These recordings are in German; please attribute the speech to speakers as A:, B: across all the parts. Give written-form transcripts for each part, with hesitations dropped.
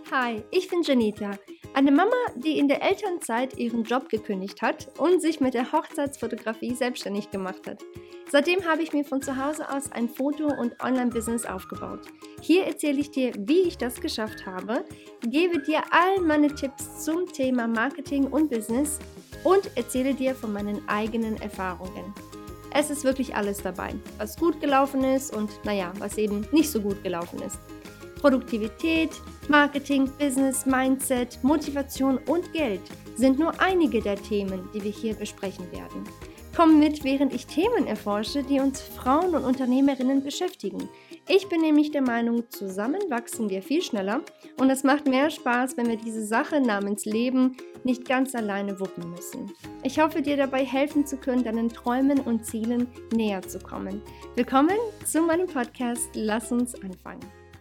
A: Hi, ich bin Janita, eine Mama, die in der Elternzeit ihren Job gekündigt hat und sich mit der Hochzeitsfotografie selbstständig gemacht hat. Seitdem habe ich mir von zu Hause aus ein Foto- und Online-Business aufgebaut. Hier erzähle ich dir, wie ich das geschafft habe, gebe dir all meine Tipps zum Thema Marketing und Business und erzähle dir von meinen eigenen Erfahrungen. Es ist wirklich alles dabei, was gut gelaufen ist und was eben nicht so gut gelaufen ist. Produktivität, Marketing, Business, Mindset, Motivation und Geld sind nur einige der Themen, die wir hier besprechen werden. Komm mit, während ich Themen erforsche, die uns Frauen und Unternehmerinnen beschäftigen. Ich bin nämlich der Meinung, zusammen wachsen wir viel schneller und es macht mehr Spaß, wenn wir diese Sache namens Leben nicht ganz alleine wuppen müssen. Ich hoffe, dir dabei helfen zu können, deinen Träumen und Zielen näher zu kommen. Willkommen zu meinem Podcast. Lass uns anfangen.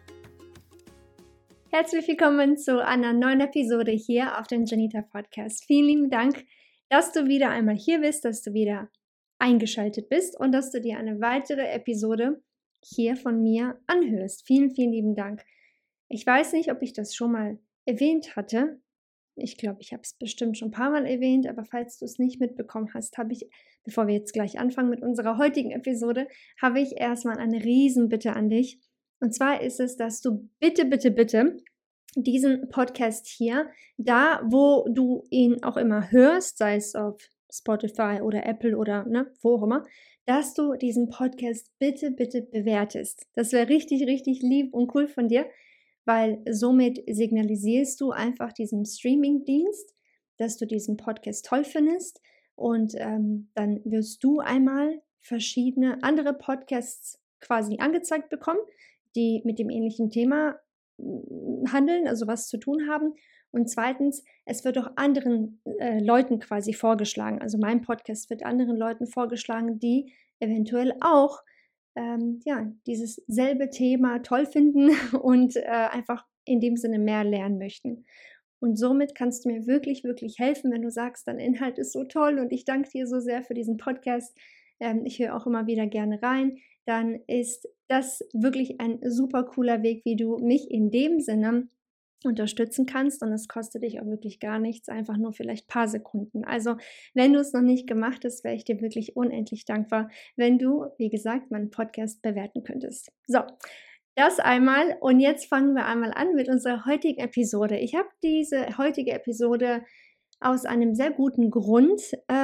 A: Herzlich willkommen zu einer neuen Episode hier auf dem Janita Podcast. Vielen lieben Dank, dass du wieder einmal hier bist, dass du wieder eingeschaltet bist und dass du dir eine weitere Episode hier von mir anhörst. Vielen, vielen lieben Dank. Ich weiß nicht, ob ich das schon mal erwähnt hatte. Ich glaube, ich habe es bestimmt schon ein paar Mal erwähnt, aber falls du es nicht mitbekommen hast, habe ich, bevor wir jetzt gleich anfangen mit unserer heutigen Episode, habe ich erstmal eine Riesenbitte an dich. Und zwar ist es, dass du bitte diesen Podcast hier, da wo du ihn auch immer hörst, sei es auf Spotify oder Apple oder wo auch immer, dass du diesen Podcast bitte bewertest. Das wäre richtig, richtig lieb und cool von dir, weil somit signalisierst du einfach diesem Streaming-Dienst, dass du diesen Podcast toll findest und dann wirst du einmal verschiedene andere Podcasts quasi angezeigt bekommen, die mit dem ähnlichen Thema handeln, also was zu tun haben. Und zweitens, es wird auch anderen Leuten quasi vorgeschlagen. Also mein Podcast wird anderen Leuten vorgeschlagen, die eventuell auch dieses selbe Thema toll finden und einfach in dem Sinne mehr lernen möchten. Und somit kannst du mir wirklich, wirklich helfen, wenn du sagst, dein Inhalt ist so toll und ich danke dir so sehr für diesen Podcast. Ich höre auch immer wieder gerne rein. Dann ist das wirklich ein super cooler Weg, wie du mich in dem Sinne unterstützen kannst und es kostet dich auch wirklich gar nichts, einfach nur vielleicht ein paar Sekunden. Also wenn du es noch nicht gemacht hast, wäre ich dir wirklich unendlich dankbar, wenn du, wie gesagt, meinen Podcast bewerten könntest. So, das einmal und jetzt fangen wir einmal an mit unserer heutigen Episode. Ich habe diese heutige Episode aus einem sehr guten Grund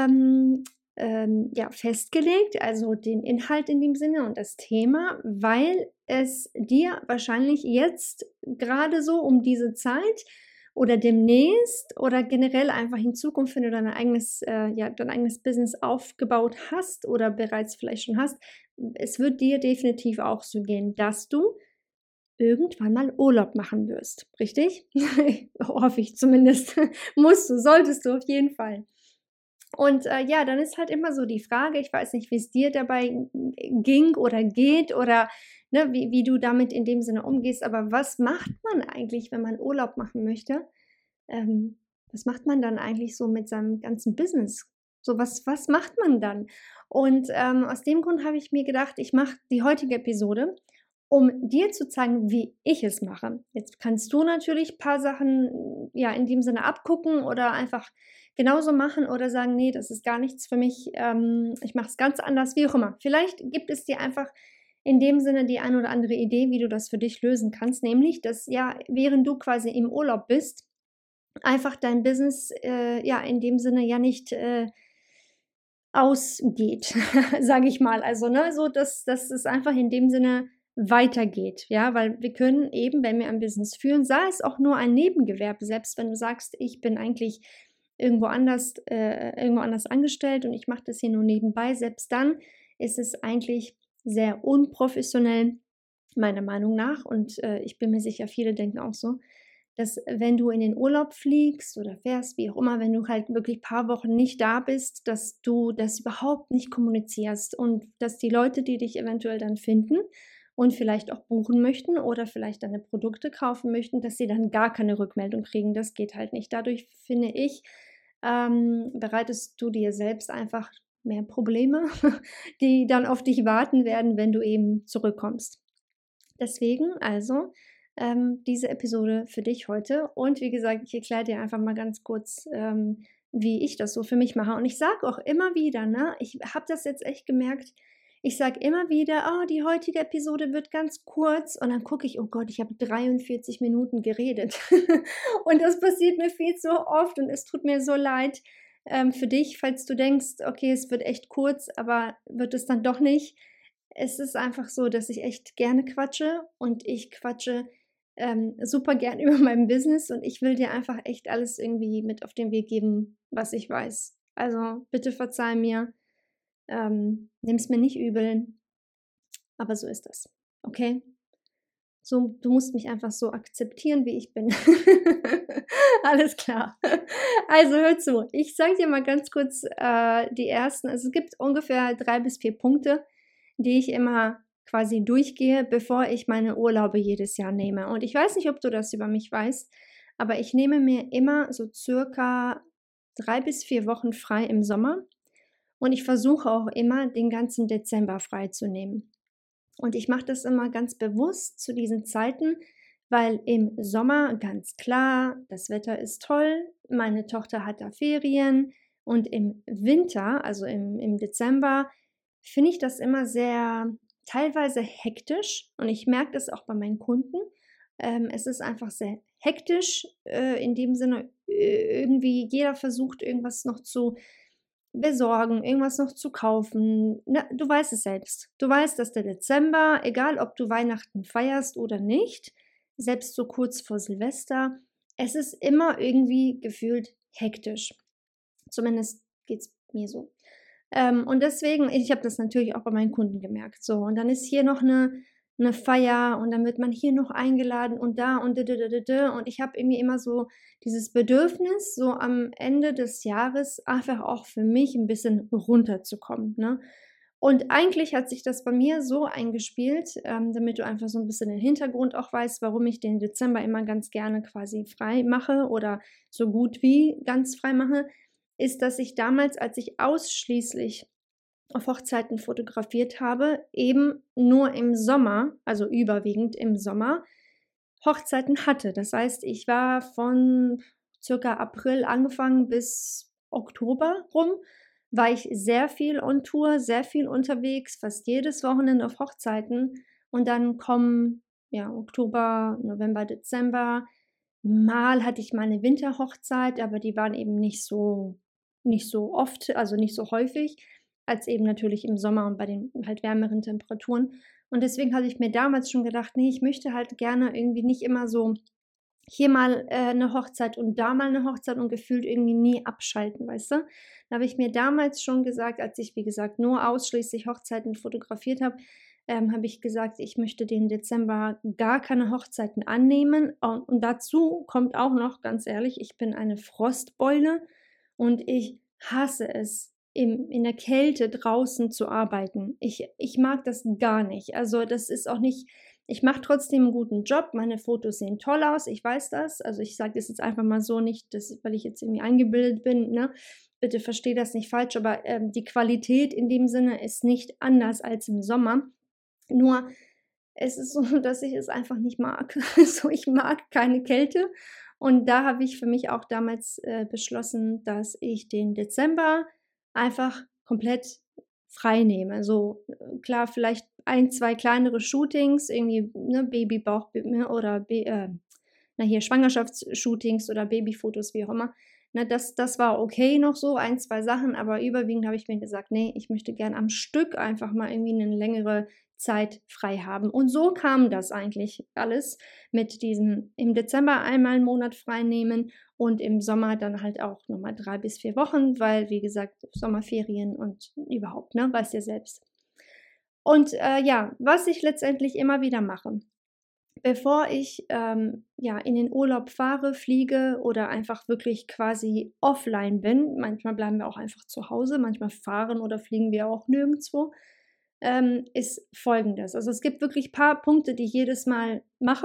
A: festgelegt, also den Inhalt in dem Sinne und das Thema, weil es dir wahrscheinlich jetzt gerade so um diese Zeit oder demnächst oder generell einfach in Zukunft, wenn du dein eigenes Business aufgebaut hast oder bereits vielleicht schon hast, es wird dir definitiv auch so gehen, dass du irgendwann mal Urlaub machen wirst, richtig? Hoffe ich zumindest. Solltest du auf jeden Fall. Und dann ist halt immer so die Frage, ich weiß nicht, wie es dir dabei ging oder geht oder wie du damit in dem Sinne umgehst, aber was macht man eigentlich, wenn man Urlaub machen möchte? Was macht man dann eigentlich so mit seinem ganzen Business? So, was macht man dann? Und aus dem Grund habe ich mir gedacht, ich mache die heutige Episode, um dir zu zeigen, wie ich es mache. Jetzt kannst du natürlich ein paar Sachen in dem Sinne abgucken oder einfach genauso machen oder sagen, nee, das ist gar nichts für mich, ich mache es ganz anders, wie auch immer. Vielleicht gibt es dir einfach in dem Sinne die ein oder andere Idee, wie du das für dich lösen kannst, nämlich, dass während du quasi im Urlaub bist, einfach dein Business in dem Sinne nicht ausgeht, sage ich mal. Also, so dass es einfach in dem Sinne weitergeht, ja, weil wir können eben, wenn wir ein Business führen, sei es auch nur ein Nebengewerbe, selbst wenn du sagst, ich bin eigentlich irgendwo anders angestellt und ich mache das hier nur nebenbei, selbst dann ist es eigentlich sehr unprofessionell, meiner Meinung nach, und ich bin mir sicher, viele denken auch so, dass wenn du in den Urlaub fliegst oder fährst, wie auch immer, wenn du halt wirklich ein paar Wochen nicht da bist, dass du das überhaupt nicht kommunizierst und dass die Leute, die dich eventuell dann finden und vielleicht auch buchen möchten oder vielleicht deine Produkte kaufen möchten, dass sie dann gar keine Rückmeldung kriegen. Das geht halt nicht. Dadurch, finde ich, bereitest du dir selbst einfach mehr Probleme, die dann auf dich warten werden, wenn du eben zurückkommst. Deswegen also diese Episode für dich heute. Und wie gesagt, ich erkläre dir einfach mal ganz kurz, wie ich das so für mich mache. Und ich sage auch immer wieder, ne, ich habe das jetzt echt gemerkt, ich sage immer wieder, oh, die heutige Episode wird ganz kurz. Und dann gucke ich, oh Gott, ich habe 43 Minuten geredet. Und das passiert mir viel zu oft und es tut mir so leid für dich, falls du denkst, okay, es wird echt kurz, aber wird es dann doch nicht. Es ist einfach so, dass ich echt gerne quatsche und ich quatsche super gern über mein Business und ich will dir einfach echt alles irgendwie mit auf den Weg geben, was ich weiß. Also bitte verzeih mir, nimm es mir nicht übel, aber so ist das. Okay? So, du musst mich einfach so akzeptieren, wie ich bin. Alles klar. Also hör zu. Ich sage dir mal ganz kurz die ersten. Also es gibt ungefähr 3 bis 4 Punkte, die ich immer quasi durchgehe, bevor ich meine Urlaube jedes Jahr nehme. Und ich weiß nicht, ob du das über mich weißt, aber ich nehme mir immer so circa 3 bis 4 Wochen frei im Sommer. Und ich versuche auch immer, den ganzen Dezember frei zu nehmen. Und ich mache das immer ganz bewusst zu diesen Zeiten, weil im Sommer ganz klar, das Wetter ist toll, meine Tochter hat da Ferien und im Winter, also im Dezember, finde ich das immer sehr teilweise hektisch und ich merke das auch bei meinen Kunden. Es ist einfach sehr hektisch, in dem Sinne, irgendwie jeder versucht irgendwas noch zu besorgen, irgendwas noch zu kaufen. Na, du weißt es selbst. Du weißt, dass der Dezember, egal ob du Weihnachten feierst oder nicht, selbst so kurz vor Silvester, es ist immer irgendwie gefühlt hektisch. Zumindest geht es mir so. Und deswegen, ich habe das natürlich auch bei meinen Kunden gemerkt. So, und dann ist hier noch eine Feier und dann wird man hier noch eingeladen und da und da. Und ich habe irgendwie immer so dieses Bedürfnis, so am Ende des Jahres einfach auch für mich ein bisschen runterzukommen. Ne? Und eigentlich hat sich das bei mir so eingespielt, damit du einfach so ein bisschen den Hintergrund auch weißt, warum ich den Dezember immer ganz gerne quasi frei mache oder so gut wie ganz frei mache, ist, dass ich damals, als ich ausschließlich auf Hochzeiten fotografiert habe, eben nur im Sommer, also überwiegend im Sommer, Hochzeiten hatte. Das heißt, ich war von circa April angefangen bis Oktober rum, war ich sehr viel on Tour, sehr viel unterwegs, fast jedes Wochenende auf Hochzeiten und dann kommen ja Oktober, November, Dezember. Mal hatte ich mal eine Winterhochzeit, aber die waren eben nicht so oft, also nicht so häufig, als eben natürlich im Sommer und bei den halt wärmeren Temperaturen. Und deswegen hatte ich mir damals schon gedacht, nee, ich möchte halt gerne irgendwie nicht immer so hier mal 'ne Hochzeit und da mal eine Hochzeit und gefühlt irgendwie nie abschalten, weißt du? Da habe ich mir damals schon gesagt, als ich, wie gesagt, nur ausschließlich Hochzeiten fotografiert habe ich gesagt, ich möchte den Dezember gar keine Hochzeiten annehmen. Und dazu kommt auch noch, ganz ehrlich, ich bin eine Frostbeule und ich hasse es, in der Kälte draußen zu arbeiten. Ich mag das gar nicht. Also, das ist auch nicht, ich mache trotzdem einen guten Job. Meine Fotos sehen toll aus, ich weiß das. Also, ich sage das jetzt einfach mal so, nicht, weil ich jetzt irgendwie eingebildet bin, ne? Bitte verstehe das nicht falsch, aber, die Qualität in dem Sinne ist nicht anders als im Sommer. Nur es ist so, dass ich es einfach nicht mag. So, ich mag keine Kälte und da habe ich für mich auch damals, beschlossen, dass ich den Dezember einfach komplett frei nehme. So, klar, vielleicht ein 2 kleinere Shootings, irgendwie, ne, Babybauch, ne, oder na hier, Schwangerschaftsshootings oder Babyfotos, wie auch immer. Ne, das war okay noch so, ein 2 Sachen, aber überwiegend habe ich mir gesagt: „Ne, ich möchte gern am Stück einfach mal irgendwie eine längere Zeit frei haben.“ Und so kam das eigentlich alles mit diesem im Dezember einmal einen Monat frei nehmen und im Sommer dann halt auch noch mal 3 bis 4 Wochen, weil, wie gesagt, Sommerferien und überhaupt, ne, weißt ja selbst. Und, ja, was ich letztendlich immer wieder mache, bevor ich, ja, in den Urlaub fahre, fliege oder einfach wirklich quasi offline bin, manchmal bleiben wir auch einfach zu Hause, manchmal fahren oder fliegen wir auch nirgendwo, ist Folgendes. Also, es gibt wirklich paar Punkte, die ich jedes Mal mache,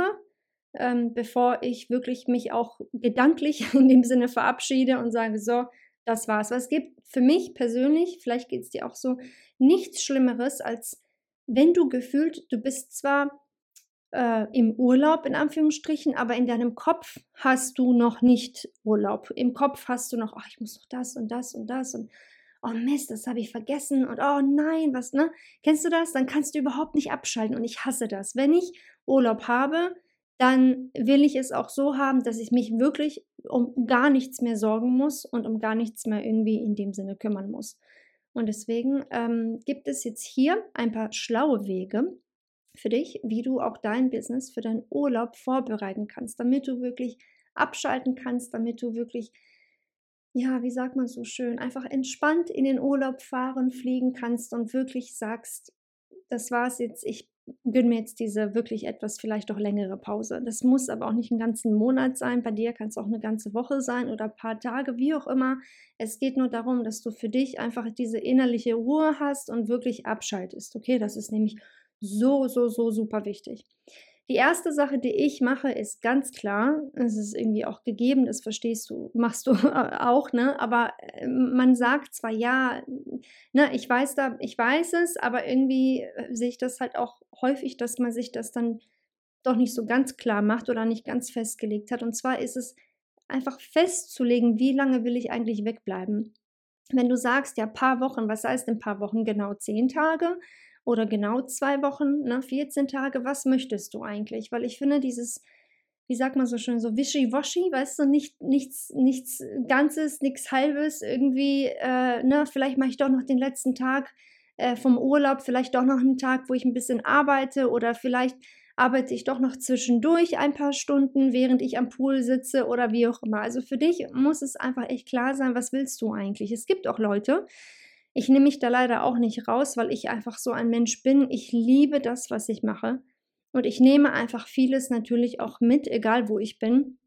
A: bevor ich wirklich mich auch gedanklich in dem Sinne verabschiede und sage: „So, das war's.“ Weil es gibt für mich persönlich, vielleicht geht's dir auch so, nichts Schlimmeres, als wenn du gefühlt, du bist zwar im Urlaub in Anführungsstrichen, aber in deinem Kopf hast du noch nicht Urlaub. Im Kopf hast du noch: „Ach, ich muss noch das und das und das und oh Mist, das habe ich vergessen und oh nein, was“, ne? Kennst du das? Dann kannst du überhaupt nicht abschalten und ich hasse das. Wenn ich Urlaub habe, dann will ich es auch so haben, dass ich mich wirklich um gar nichts mehr sorgen muss und um gar nichts mehr irgendwie in dem Sinne kümmern muss. Und deswegen, gibt es jetzt hier ein paar schlaue Wege für dich, wie du auch dein Business für deinen Urlaub vorbereiten kannst, damit du wirklich abschalten kannst, damit du wirklich, ja, wie sagt man so schön, einfach entspannt in den Urlaub fahren, fliegen kannst und wirklich sagst: „Das war's jetzt, ich gönne mir jetzt diese wirklich etwas vielleicht auch längere Pause.“ Das muss aber auch nicht 'n ganzen Monat sein. Bei dir kann's auch 'ne ganze Woche sein oder paar Tage, wie auch immer. Es geht nur darum, dass du für dich einfach diese innerliche Ruhe hast und wirklich abschaltest, okay? Das ist nämlich so, so, so super wichtig. Die erste Sache, die ich mache, ist ganz klar, es ist irgendwie auch gegeben, das verstehst du, machst du auch, ne? Aber, man sagt zwar: „Ja, ne, ich weiß es“, aber irgendwie, sehe ich das halt auch häufig, dass man sich das dann doch nicht so ganz klar macht oder nicht ganz festgelegt hat. Und zwar ist es einfach festzulegen, wie lange will ich eigentlich wegbleiben. Wenn du sagst, ja, paar Wochen, was heißt denn paar Wochen? Genau 10 Tage oder genau 2 Wochen, ne, 14 Tage? Was möchtest du eigentlich? Weil ich finde dieses, wie sagt man so schön, so wischiwaschi, weißt du, nichts Ganzes, nichts Halbes, irgendwie, ne, vielleicht mache ich doch noch den letzten Tag, vom Urlaub, vielleicht doch noch einen Tag, wo ich ein bisschen arbeite oder vielleicht arbeite ich doch noch zwischendurch ein paar Stunden, während ich am Pool sitze oder wie auch immer. Also, für dich muss es einfach echt klar sein, was willst du eigentlich? Es gibt auch Leute, ich nehme mich da leider auch nicht raus, weil ich einfach so ein Mensch bin. Ich liebe das, was ich mache und ich nehme einfach vieles natürlich auch mit, egal wo ich bin.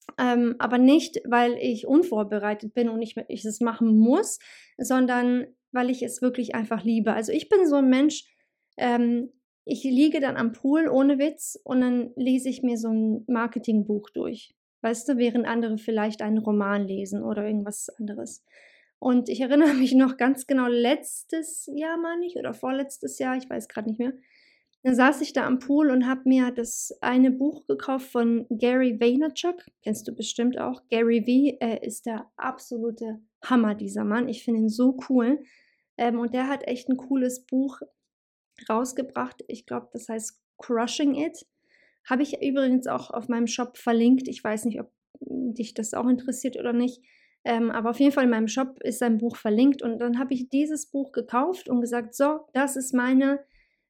A: Aber nicht, weil ich unvorbereitet bin und ich es machen muss, sondern weil ich es wirklich einfach liebe. Also, ich bin so ein Mensch, ähm, ich liege dann am Pool ohne Witz und dann lese ich mir so ein Marketingbuch durch, weißt du, während andere vielleicht einen Roman lesen oder irgendwas anderes. Und ich erinnere mich noch ganz genau, letztes Jahr meine ich oder vorletztes Jahr, ich weiß gerade nicht mehr, dann saß ich da am Pool und habe mir das eine Buch gekauft von Gary Vaynerchuk, kennst du bestimmt auch. Gary V, ist der absolute Hammer, dieser Mann. Ich finde ihn so cool. Und der hat echt ein cooles Buch rausgebracht. Ich glaube, das heißt „Crushing It“. Habe ich übrigens auch auf meinem Shop verlinkt. Ich weiß nicht, ob dich das auch interessiert oder nicht. Aber auf jeden Fall in meinem Shop ist sein Buch verlinkt und dann habe ich dieses Buch gekauft und gesagt: „So, das ist meine,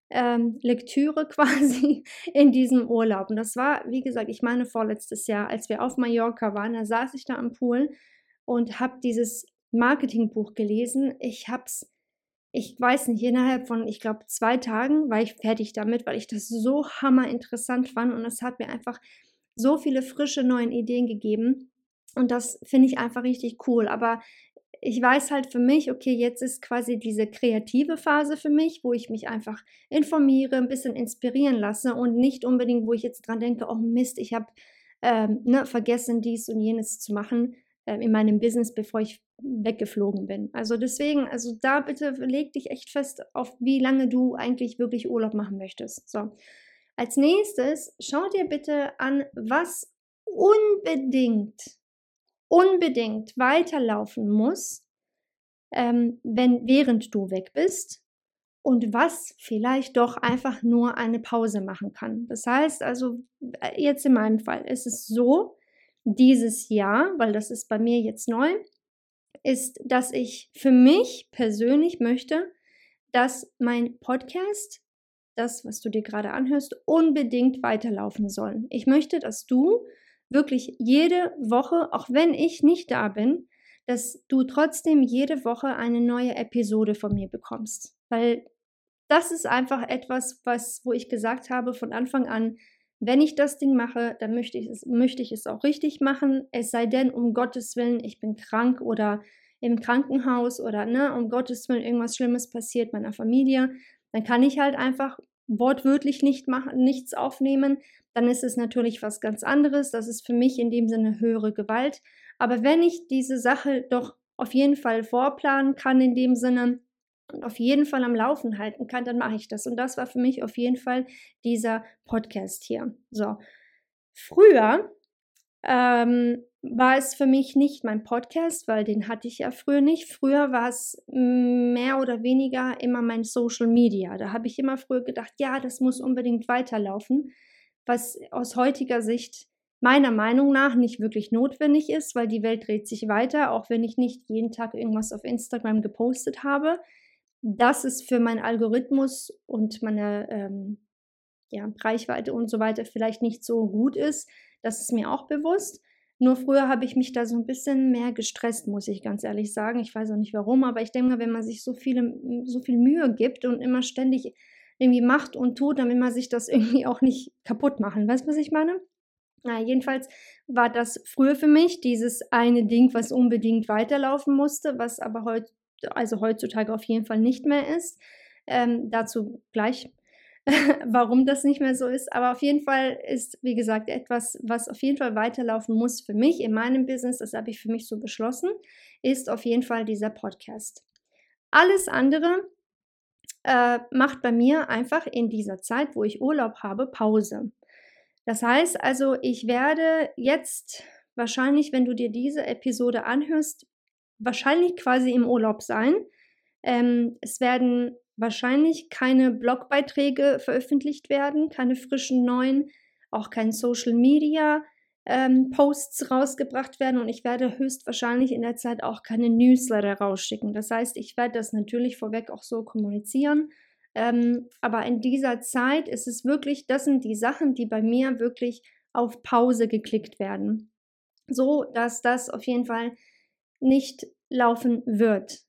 A: Lektüre quasi in diesem Urlaub.“ Und das war, wie gesagt, ich meine vorletztes Jahr, als wir auf Mallorca waren, da saß ich da am Pool und habe dieses Marketingbuch gelesen. Ich weiß nicht, innerhalb von, ich glaube, 2 Tagen war ich fertig damit, weil ich das so hammerinteressant fand und es hat mir einfach so viele frische neuen Ideen gegeben und das finde ich einfach richtig cool. Aber ich weiß halt für mich, okay, jetzt ist quasi diese kreative Phase für mich, wo ich mich einfach informiere, ein bisschen inspirieren lasse und nicht unbedingt, wo ich jetzt dran denke: „Oh Mist, ich habe, ne, vergessen, dies und jenes zu machen, in meinem Business, bevor ich weggeflogen bin.“ Also, deswegen, also, da bitte leg dich echt fest, auf wie lange du eigentlich wirklich Urlaub machen möchtest. So, als Nächstes schau dir bitte an, was unbedingt, unbedingt weiterlaufen muss, während du weg bist und was vielleicht doch einfach nur eine Pause machen kann. Das heißt also, jetzt in meinem Fall ist es so, dieses Jahr, weil das ist bei mir jetzt neu, ist, dass ich für mich persönlich möchte, dass mein Podcast, das, was du dir gerade anhörst, unbedingt weiterlaufen soll. Ich möchte, dass du wirklich jede Woche, auch wenn ich nicht da bin, dass du trotzdem jede Woche eine neue Episode von mir bekommst. Weil das ist einfach etwas, wo ich gesagt habe von Anfang an, wenn ich das Ding mache, dann möchte ich es auch richtig machen. Es sei denn, um Gottes Willen, ich bin krank oder im Krankenhaus oder, ne, um Gottes Willen irgendwas Schlimmes passiert meiner Familie, dann kann ich halt einfach wortwörtlich nichts aufnehmen. Dann ist es natürlich was ganz anderes. Das ist für mich in dem Sinne höhere Gewalt. Aber wenn ich diese Sache doch auf jeden Fall vorplanen kann in dem Sinne, und auf jeden Fall am Laufen halten kann, dann mache ich das. Und das war für mich auf jeden Fall dieser Podcast hier. So, früher war es für mich nicht mein Podcast, weil den hatte ich ja früher nicht. Früher war es mehr oder weniger immer mein Social Media. Da habe ich immer früher gedacht, ja, das muss unbedingt weiterlaufen, was aus heutiger Sicht meiner Meinung nach nicht wirklich notwendig ist, weil die Welt dreht sich weiter, auch wenn ich nicht jeden Tag irgendwas auf Instagram gepostet habe. Dass es für meinen Algorithmus und meine Reichweite und so weiter vielleicht nicht so gut ist, das ist mir auch bewusst. Nur früher habe ich mich da so ein bisschen mehr gestresst, muss ich ganz ehrlich sagen. Ich weiß auch nicht warum, aber ich denke mal, wenn man sich so viel Mühe gibt und immer ständig irgendwie macht und tut, dann will man sich das irgendwie auch nicht kaputt machen. Weißt du, was ich meine? Na, jedenfalls war das früher für mich dieses eine Ding, was unbedingt weiterlaufen musste, was aber heutzutage auf jeden Fall nicht mehr ist. Dazu gleich warum das nicht mehr so ist. Aber auf jeden Fall ist, wie gesagt, etwas, was auf jeden Fall weiterlaufen muss für mich in meinem Business, das habe ich für mich so beschlossen, ist auf jeden Fall dieser Podcast. Alles andere macht bei mir einfach in dieser Zeit, wo ich Urlaub habe, Pause. Das heißt also, ich werde jetzt wahrscheinlich, wenn du dir diese Episode anhörst, wahrscheinlich quasi im Urlaub sein. Es werden wahrscheinlich keine Blogbeiträge veröffentlicht werden, keine frischen neuen, auch kein Social Media Posts rausgebracht werden und ich werde höchstwahrscheinlich in der Zeit auch keine Newsletter rausschicken. Das heißt, ich werde das natürlich vorweg auch so kommunizieren. Aber in dieser Zeit ist es wirklich, das sind die Sachen, die bei mir wirklich auf Pause geklickt werden. So, dass das auf jeden Fall nicht laufen wird.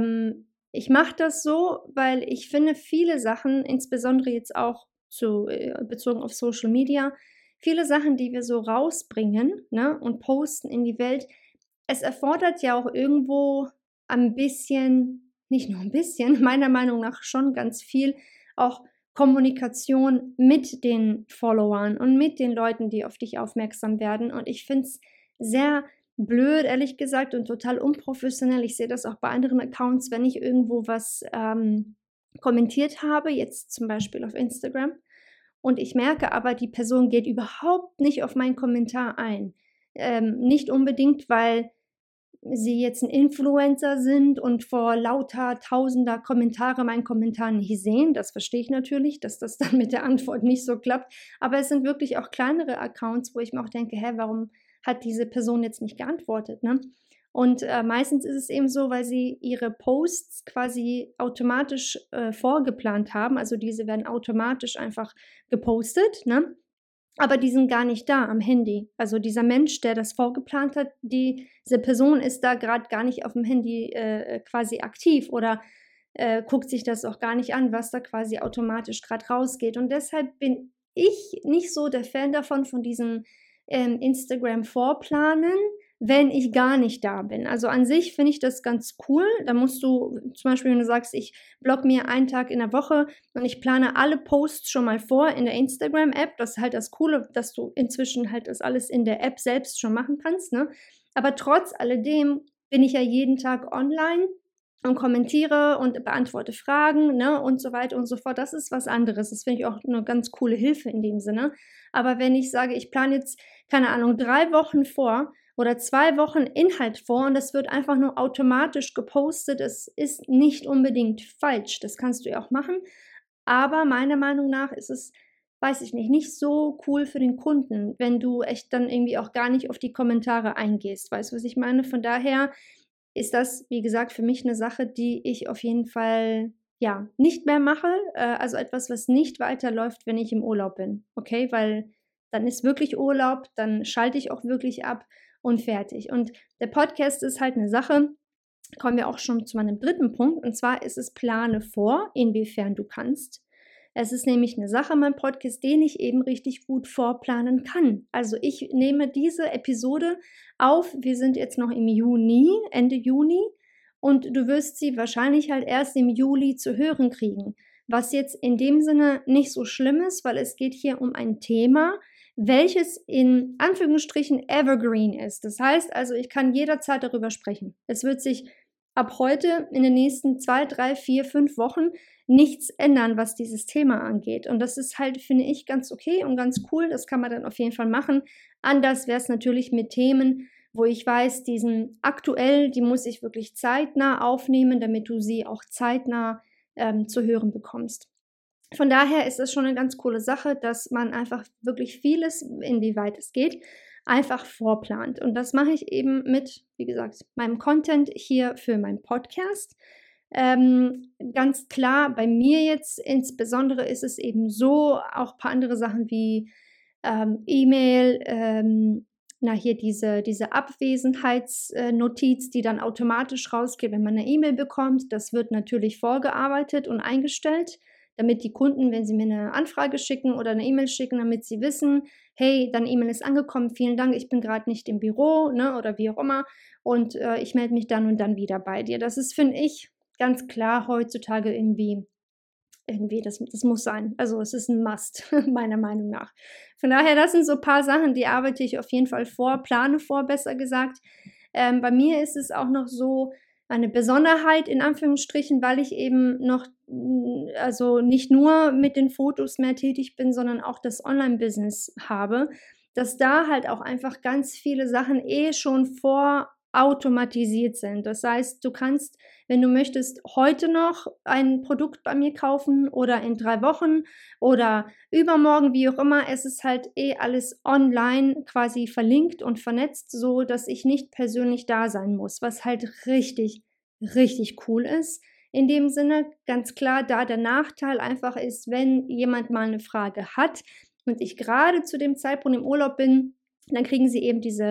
A: Ich mache das so, weil ich finde, viele Sachen, insbesondere jetzt auch bezogen auf Social Media, viele Sachen, die wir so rausbringen, ne, und posten in die Welt, es erfordert ja auch irgendwo ein bisschen, nicht nur ein bisschen, meiner Meinung nach schon ganz viel, auch Kommunikation mit den Followern und mit den Leuten, die auf dich aufmerksam werden. Und ich finde es sehr blöd, ehrlich gesagt, und total unprofessionell. Ich sehe das auch bei anderen Accounts, wenn ich irgendwo was kommentiert habe, jetzt zum Beispiel auf Instagram, und ich merke aber, die Person geht überhaupt nicht auf meinen Kommentar ein. Nicht unbedingt, weil sie jetzt ein Influencer sind und vor lauter tausender Kommentare meinen Kommentar nicht sehen. Das verstehe ich natürlich, dass das dann mit der Antwort nicht so klappt. Aber es sind wirklich auch kleinere Accounts, wo ich mir auch denke, warum hat diese Person jetzt nicht geantwortet, ne? Und meistens ist es eben so, weil sie ihre Posts quasi automatisch vorgeplant haben. Also diese werden automatisch einfach gepostet, ne? Aber die sind gar nicht da am Handy. Also dieser Mensch, der das vorgeplant hat, diese Person ist da gerade gar nicht auf dem Handy quasi aktiv oder guckt sich das auch gar nicht an, was da quasi automatisch gerade rausgeht. Und deshalb bin ich nicht so der Fan davon, von diesen Instagram-Vorplanen, wenn ich gar nicht da bin. Also an sich finde ich das ganz cool. Da musst du zum Beispiel, wenn du sagst, ich blogge mir einen Tag in der Woche und ich plane alle Posts schon mal vor in der Instagram-App. Das ist halt das Coole, dass du inzwischen halt das alles in der App selbst schon machen kannst, ne? Aber trotz alledem bin ich ja jeden Tag online und kommentiere und beantworte Fragen, ne, und so weiter und so fort. Das ist was anderes. Das finde ich auch eine ganz coole Hilfe in dem Sinne. Aber wenn ich sage, ich plane jetzt, keine Ahnung, 3 Wochen vor oder 2 Wochen Inhalt vor und das wird einfach nur automatisch gepostet, das ist nicht unbedingt falsch. Das kannst du ja auch machen. Aber meiner Meinung nach ist es, weiß ich nicht so cool für den Kunden, wenn du echt dann irgendwie auch gar nicht auf die Kommentare eingehst. Weißt du, was ich meine? Von daher ist das, wie gesagt, für mich eine Sache, die ich auf jeden Fall, ja, nicht mehr mache. Also etwas, was nicht weiterläuft, wenn ich im Urlaub bin, okay? Weil dann ist wirklich Urlaub, dann schalte ich auch wirklich ab und fertig. Und der Podcast ist halt eine Sache, kommen wir auch schon zu meinem dritten Punkt, und zwar ist es: plane vor, inwiefern du kannst. Es ist nämlich eine Sache, mein Podcast, den ich eben richtig gut vorplanen kann. Also ich nehme diese Episode auf, wir sind jetzt noch im Juni, Ende Juni, und du wirst sie wahrscheinlich halt erst im Juli zu hören kriegen. Was jetzt in dem Sinne nicht so schlimm ist, weil es geht hier um ein Thema, welches in Anführungsstrichen evergreen ist. Das heißt also, ich kann jederzeit darüber sprechen. Es wird sich ab heute in den nächsten 2, 3, 4, 5 Wochen nichts ändern, was dieses Thema angeht. Und das ist halt, finde ich, ganz okay und ganz cool. Das kann man dann auf jeden Fall machen. Anders wäre es natürlich mit Themen, wo ich weiß, die muss ich wirklich zeitnah aufnehmen, damit du sie auch zeitnah zu hören bekommst. Von daher ist es schon eine ganz coole Sache, dass man einfach wirklich vieles, inwieweit es geht, einfach vorplant. Und das mache ich eben mit, wie gesagt, meinem Content hier für meinen Podcast. Ganz klar, bei mir jetzt insbesondere ist es eben so, auch ein paar andere Sachen wie E-Mail, hier diese Abwesenheitsnotiz, die dann automatisch rausgeht, wenn man eine E-Mail bekommt. Das wird natürlich vorgearbeitet und eingestellt, damit die Kunden, wenn sie mir eine Anfrage schicken oder eine E-Mail schicken, damit sie wissen, hey, deine E-Mail ist angekommen, vielen Dank, ich bin gerade nicht im Büro, ne, oder wie auch immer, und ich melde mich dann und dann wieder bei dir. Das ist, finde ich, ganz klar heutzutage irgendwie, das muss sein. Also es ist ein Must, meiner Meinung nach. Von daher, das sind so ein paar Sachen, die arbeite ich auf jeden Fall plane vor, besser gesagt. Bei mir ist es auch noch so eine Besonderheit in Anführungsstrichen, weil ich eben noch, also nicht nur mit den Fotos mehr tätig bin, sondern auch das Online-Business habe, dass da halt auch einfach ganz viele Sachen schon vorautomatisiert sind. Das heißt, du kannst, wenn du möchtest, heute noch ein Produkt bei mir kaufen oder in 3 Wochen oder übermorgen, wie auch immer. Es ist halt alles online quasi verlinkt und vernetzt, so dass ich nicht persönlich da sein muss, was halt richtig, richtig cool ist. In dem Sinne, ganz klar, da der Nachteil einfach ist, wenn jemand mal eine Frage hat und ich gerade zu dem Zeitpunkt im Urlaub bin, dann kriegen sie eben diese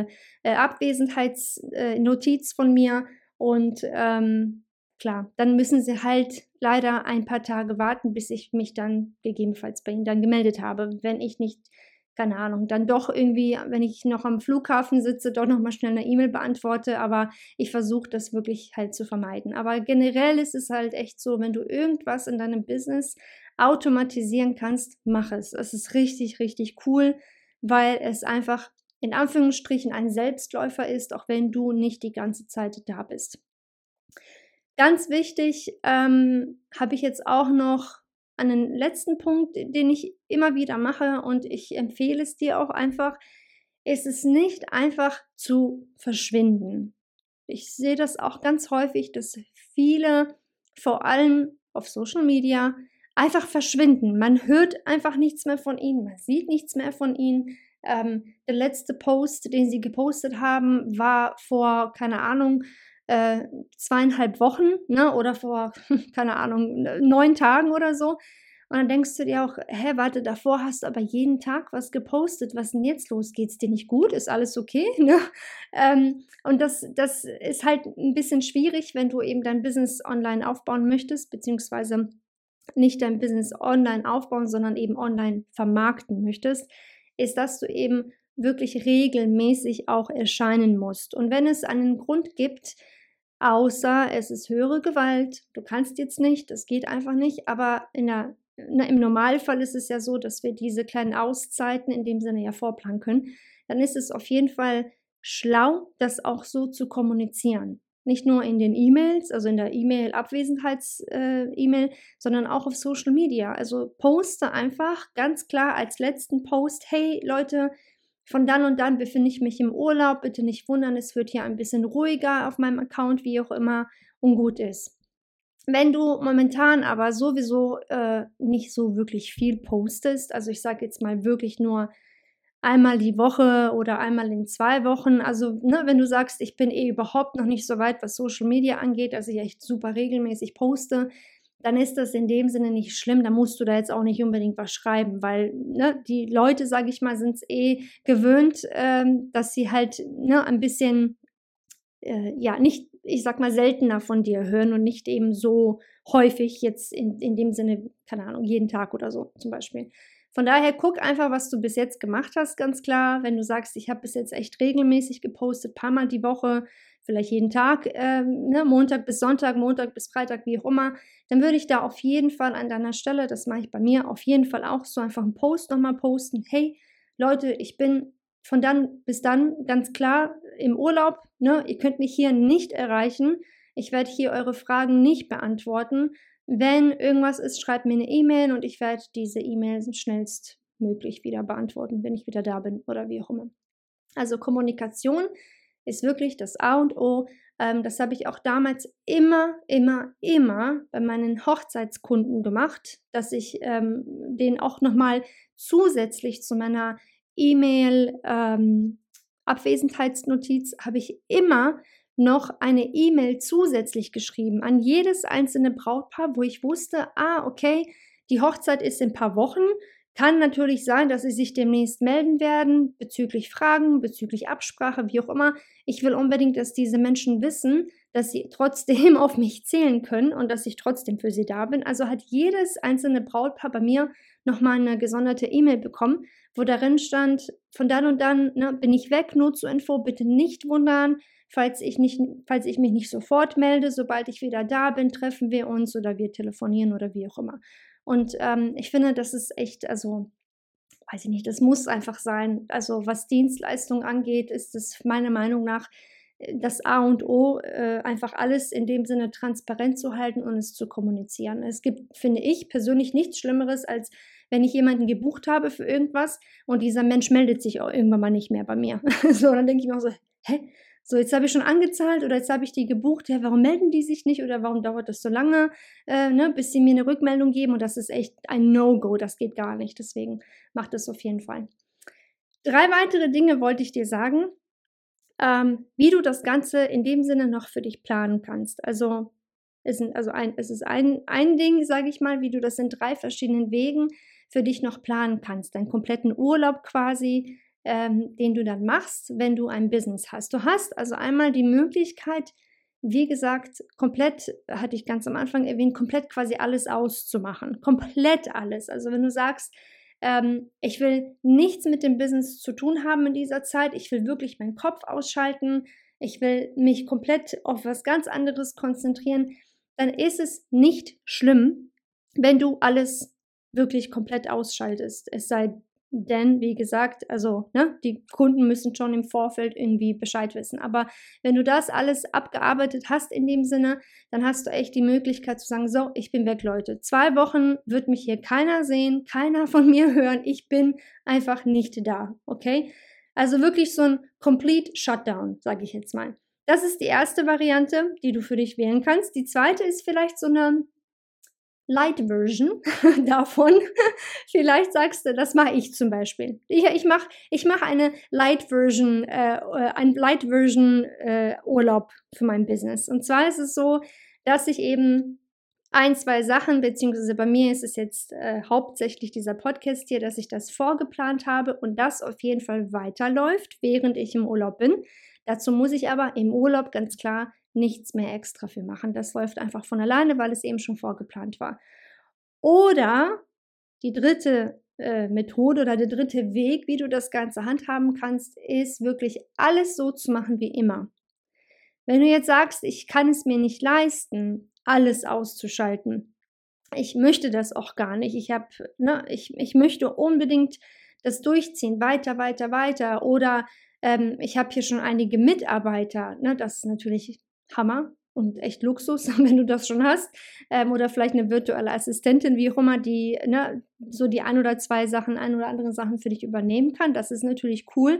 A: Abwesenheitsnotiz von mir und klar, dann müssen sie halt leider ein paar Tage warten, bis ich mich dann gegebenenfalls bei ihnen dann gemeldet habe. Wenn ich nicht, keine Ahnung, dann doch irgendwie, wenn ich noch am Flughafen sitze, doch noch mal schnell eine E-Mail beantworte, aber ich versuche das wirklich halt zu vermeiden. Aber generell ist es halt echt so, wenn du irgendwas in deinem Business automatisieren kannst, mach es. Es ist richtig, richtig cool, weil es einfach in Anführungsstrichen ein Selbstläufer ist, auch wenn du nicht die ganze Zeit da bist. Ganz wichtig habe ich jetzt auch noch einen letzten Punkt, den ich immer wieder mache und ich empfehle es dir auch einfach, ist es nicht einfach zu verschwinden. Ich sehe das auch ganz häufig, dass viele, vor allem auf Social Media, einfach verschwinden. Man hört einfach nichts mehr von ihnen, man sieht nichts mehr von ihnen. Der letzte Post, den sie gepostet haben, war vor, keine Ahnung, 2,5 Wochen, ne, oder vor, keine Ahnung, 9 Tagen oder so. Und dann denkst du dir auch, hä, warte, davor hast du aber jeden Tag was gepostet. Was ist denn jetzt los? Geht's dir nicht gut? Ist alles okay? Ne? Und das ist halt ein bisschen schwierig, wenn du eben dein Business online aufbauen möchtest, beziehungsweise nicht dein Business online aufbauen, sondern eben online vermarkten möchtest, ist, dass du eben wirklich regelmäßig auch erscheinen musst. Und wenn es einen Grund gibt, außer es ist höhere Gewalt, du kannst jetzt nicht, das geht einfach nicht, aber im Normalfall ist es ja so, dass wir diese kleinen Auszeiten in dem Sinne ja vorplanen können, dann ist es auf jeden Fall schlau, das auch so zu kommunizieren. Nicht nur in den E-Mails, also in der E-Mail-Abwesenheits-E-Mail, sondern auch auf Social Media. Also poste einfach ganz klar als letzten Post, hey Leute, von dann und dann befinde ich mich im Urlaub, bitte nicht wundern, es wird hier ein bisschen ruhiger auf meinem Account, wie auch immer, und gut ist. Wenn du momentan aber sowieso nicht so wirklich viel postest, also ich sage jetzt mal wirklich nur einmal die Woche oder einmal in 2 Wochen, also ne, wenn du sagst, ich bin überhaupt noch nicht so weit, was Social Media angeht, dass ich echt super regelmäßig poste, dann ist das in dem Sinne nicht schlimm, da musst du da jetzt auch nicht unbedingt was schreiben, weil ne, die Leute, sage ich mal, sind es gewöhnt, dass sie halt ne, ein bisschen, nicht, ich sag mal, seltener von dir hören und nicht eben so häufig jetzt in dem Sinne, keine Ahnung, jeden Tag oder so zum Beispiel. Von daher guck einfach, was du bis jetzt gemacht hast, ganz klar. Wenn du sagst, ich habe bis jetzt echt regelmäßig gepostet, paar Mal die Woche, vielleicht jeden Tag, ne, Montag bis Sonntag, Montag bis Freitag, wie auch immer, dann würde ich da auf jeden Fall an deiner Stelle, das mache ich bei mir auf jeden Fall auch so, einfach einen Post nochmal posten. Hey, Leute, ich bin von dann bis dann ganz klar im Urlaub, ne, ihr könnt mich hier nicht erreichen. Ich werde hier eure Fragen nicht beantworten. Wenn irgendwas ist, schreibt mir eine E-Mail und ich werde diese E-Mail schnellstmöglich wieder beantworten, wenn ich wieder da bin oder wie auch immer. Also Kommunikation ist wirklich das A und O. Das habe ich auch damals immer bei meinen Hochzeitskunden gemacht, dass ich denen auch nochmal zusätzlich zu meiner E-Mail Abwesenheitsnotiz habe ich immer noch eine E-Mail zusätzlich geschrieben an jedes einzelne Brautpaar, wo ich wusste, okay, die Hochzeit ist in ein paar Wochen. Kann natürlich sein, dass sie sich demnächst melden werden bezüglich Fragen, bezüglich Absprache, wie auch immer. Ich will unbedingt, dass diese Menschen wissen, dass sie trotzdem auf mich zählen können und dass ich trotzdem für sie da bin. Also hat jedes einzelne Brautpaar bei mir nochmal eine gesonderte E-Mail bekommen, wo darin stand, von dann und dann bin ich weg, nur zur Info, bitte nicht wundern, falls ich mich nicht sofort melde, sobald ich wieder da bin, treffen wir uns oder wir telefonieren oder wie auch immer. Und ich finde, das ist echt, also weiß ich nicht, das muss einfach sein. Also was Dienstleistung angeht, ist es meiner Meinung nach das A und O, einfach alles in dem Sinne transparent zu halten und es zu kommunizieren. Es gibt, finde ich, persönlich nichts Schlimmeres, als wenn ich jemanden gebucht habe für irgendwas und dieser Mensch meldet sich auch irgendwann mal nicht mehr bei mir. So, dann denke ich mir auch so, hä? So, jetzt habe ich schon angezahlt oder jetzt habe ich die gebucht. Ja, warum melden die sich nicht oder warum dauert das so lange, bis sie mir eine Rückmeldung geben? Und das ist echt ein No-Go, das geht gar nicht. Deswegen macht das auf jeden Fall. 3 weitere Dinge wollte ich dir sagen, wie du das Ganze in dem Sinne noch für dich planen kannst. Also es ist ein Ding, sage ich mal, wie du das in 3 verschiedenen Wegen für dich noch planen kannst. Deinen kompletten Urlaub quasi, den du dann machst, wenn du ein Business hast. Du hast also einmal die Möglichkeit, wie gesagt, komplett, hatte ich ganz am Anfang erwähnt, komplett quasi alles auszumachen. Komplett alles. Also wenn du sagst, ich will nichts mit dem Business zu tun haben in dieser Zeit, ich will wirklich meinen Kopf ausschalten, ich will mich komplett auf was ganz anderes konzentrieren, dann ist es nicht schlimm, wenn du alles wirklich komplett ausschaltest. Es sei denn, wie gesagt, also die Kunden müssen schon im Vorfeld irgendwie Bescheid wissen. Aber wenn du das alles abgearbeitet hast in dem Sinne, dann hast du echt die Möglichkeit zu sagen, so, ich bin weg, Leute. 2 Wochen wird mich hier keiner sehen, keiner von mir hören. Ich bin einfach nicht da, okay? Also wirklich so ein Complete Shutdown, sage ich jetzt mal. Das ist die erste Variante, die du für dich wählen kannst. Die zweite ist vielleicht so eine Light Version davon. Vielleicht sagst du, das mache ich zum Beispiel. Ich mach eine Light Version, Urlaub für mein Business. Und zwar ist es so, dass ich eben 1, 2 Sachen, beziehungsweise bei mir ist es jetzt hauptsächlich dieser Podcast hier, dass ich das vorgeplant habe und das auf jeden Fall weiterläuft, während ich im Urlaub bin. Dazu muss ich aber im Urlaub ganz klar nichts mehr extra für machen. Das läuft einfach von alleine, weil es eben schon vorgeplant war. Oder die dritte Methode oder der dritte Weg, wie du das Ganze handhaben kannst, ist wirklich alles so zu machen wie immer. Wenn du jetzt sagst, ich kann es mir nicht leisten, alles auszuschalten, ich möchte das auch gar nicht, ich möchte unbedingt das durchziehen, weiter, oder ich habe hier schon einige Mitarbeiter, das ist natürlich Hammer und echt Luxus, wenn du das schon hast, oder vielleicht eine virtuelle Assistentin, wie auch immer, die so die ein oder andere Sachen für dich übernehmen kann, das ist natürlich cool.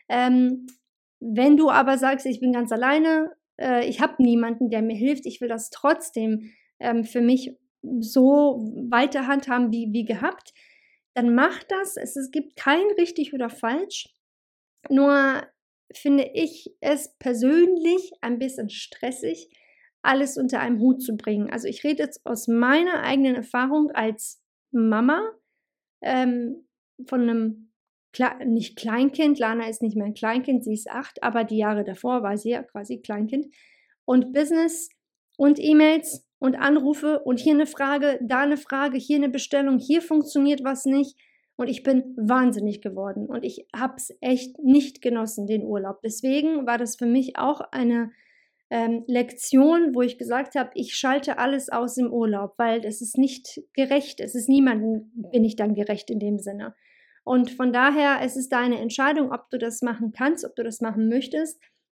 A: Wenn du aber sagst, ich bin ganz alleine, ich habe niemanden, der mir hilft, ich will das trotzdem für mich so weiter handhaben wie gehabt, dann mach das. Es gibt kein richtig oder falsch. Nur finde ich es persönlich ein bisschen stressig, alles unter einem Hut zu bringen. Also ich rede jetzt aus meiner eigenen Erfahrung als Mama von einem nicht Kleinkind. Lana ist nicht mehr ein Kleinkind, sie ist 8, aber die Jahre davor war sie ja quasi Kleinkind. Und Business und E-Mails und Anrufe und hier eine Frage, da eine Frage, hier eine Bestellung, hier funktioniert was nicht. Und ich bin wahnsinnig geworden und ich habe es echt nicht genossen, den Urlaub. Deswegen war das für mich auch eine Lektion, wo ich gesagt habe, ich schalte alles aus im Urlaub, weil es ist nicht gerecht. Es ist niemandem, bin ich dann gerecht in dem Sinne. Und von daher, es ist deine Entscheidung, ob du das machen kannst, ob du das machen möchtest.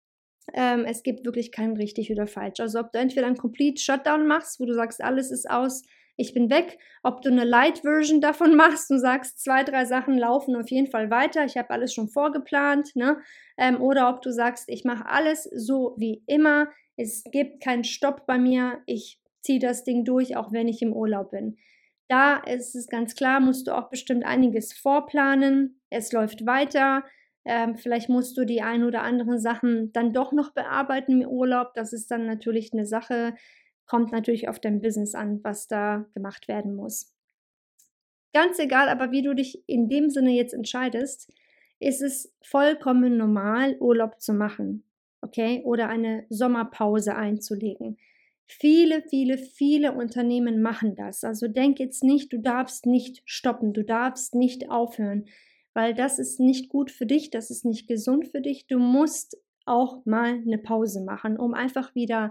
A: Es gibt wirklich kein richtig oder falsch. Also ob du entweder einen Complete Shutdown machst, wo du sagst, alles ist aus, ich bin weg, ob du eine Light Version davon machst und sagst, 2, 3 Sachen laufen auf jeden Fall weiter, ich habe alles schon vorgeplant, ne? Oder ob du sagst, ich mache alles so wie immer, es gibt keinen Stopp bei mir, ich ziehe das Ding durch, auch wenn ich im Urlaub bin. Da ist es ganz klar, musst du auch bestimmt einiges vorplanen, es läuft weiter. Vielleicht musst du die ein oder anderen Sachen dann doch noch bearbeiten im Urlaub. Das ist dann natürlich eine Sache, kommt natürlich auf dein Business an, was da gemacht werden muss. Ganz egal, aber wie du dich in dem Sinne jetzt entscheidest, ist es vollkommen normal, Urlaub zu machen, okay? Oder eine Sommerpause einzulegen. Viele, viele, viele Unternehmen machen das. Also denk jetzt nicht, du darfst nicht stoppen, du darfst nicht aufhören, weil das ist nicht gut für dich, das ist nicht gesund für dich. Du musst auch mal eine Pause machen, um einfach wieder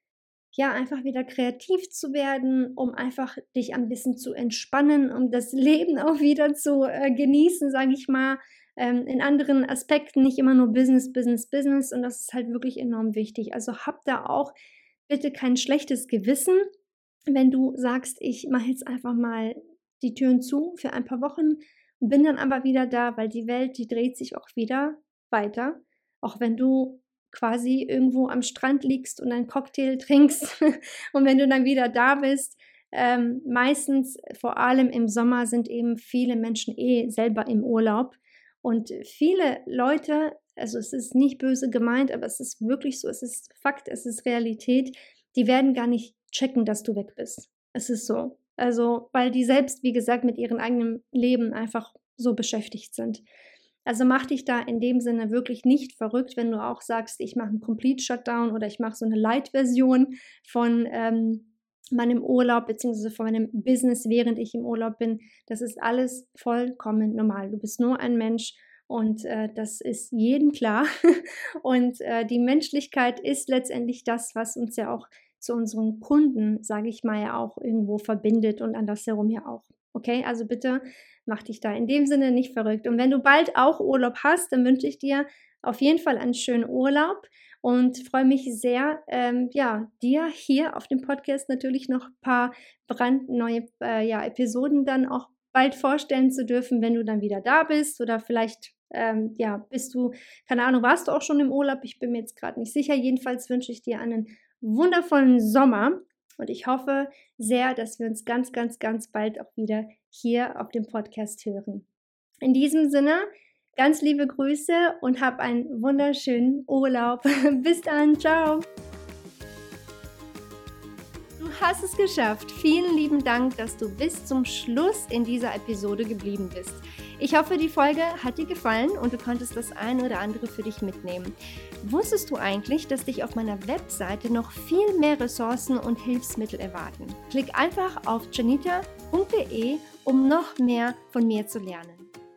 A: kreativ zu werden, um einfach dich ein bisschen zu entspannen, um das Leben auch wieder zu genießen, sage ich mal, in anderen Aspekten, nicht immer nur Business, Business, Business. Und das ist halt wirklich enorm wichtig. Also hab da auch bitte kein schlechtes Gewissen, wenn du sagst, ich mache jetzt einfach mal die Türen zu für ein paar Wochen und bin dann aber wieder da, weil die Welt, die dreht sich auch wieder weiter, auch wenn du quasi irgendwo am Strand liegst und einen Cocktail trinkst und wenn du dann wieder da bist, meistens, vor allem im Sommer, sind eben viele Menschen selber im Urlaub und viele Leute, also es ist nicht böse gemeint, aber es ist wirklich so, es ist Fakt, es ist Realität, die werden gar nicht checken, dass du weg bist. Es ist so. Also, weil die selbst, wie gesagt, mit ihrem eigenen Leben einfach so beschäftigt sind. Also mach dich da in dem Sinne wirklich nicht verrückt, wenn du auch sagst, ich mache einen Complete Shutdown oder ich mache so eine Light-Version von meinem Urlaub bzw. von meinem Business, während ich im Urlaub bin. Das ist alles vollkommen normal. Du bist nur ein Mensch und das ist jedem klar. Und die Menschlichkeit ist letztendlich das, was uns ja auch zu unseren Kunden, sage ich mal, ja auch irgendwo verbindet und andersherum ja auch. Okay, also bitte mach dich da in dem Sinne nicht verrückt. Und wenn du bald auch Urlaub hast, dann wünsche ich dir auf jeden Fall einen schönen Urlaub und freue mich sehr, dir hier auf dem Podcast natürlich noch ein paar brandneue Episoden dann auch bald vorstellen zu dürfen, wenn du dann wieder da bist oder vielleicht bist du, keine Ahnung, warst du auch schon im Urlaub? Ich bin mir jetzt gerade nicht sicher. Jedenfalls wünsche ich dir einen wundervollen Sommer und ich hoffe sehr, dass wir uns ganz, ganz, ganz bald auch wieder hier auf dem Podcast hören. In diesem Sinne, ganz liebe Grüße und hab einen wunderschönen Urlaub. Bis dann, ciao! Du hast es geschafft. Vielen lieben Dank, dass du bis zum Schluss in dieser Episode geblieben bist. Ich hoffe, die Folge hat dir gefallen und du konntest das eine oder andere für dich mitnehmen. Wusstest du eigentlich, dass dich auf meiner Webseite noch viel mehr Ressourcen und Hilfsmittel erwarten? Klick einfach auf janita.de, um noch mehr von mir zu lernen.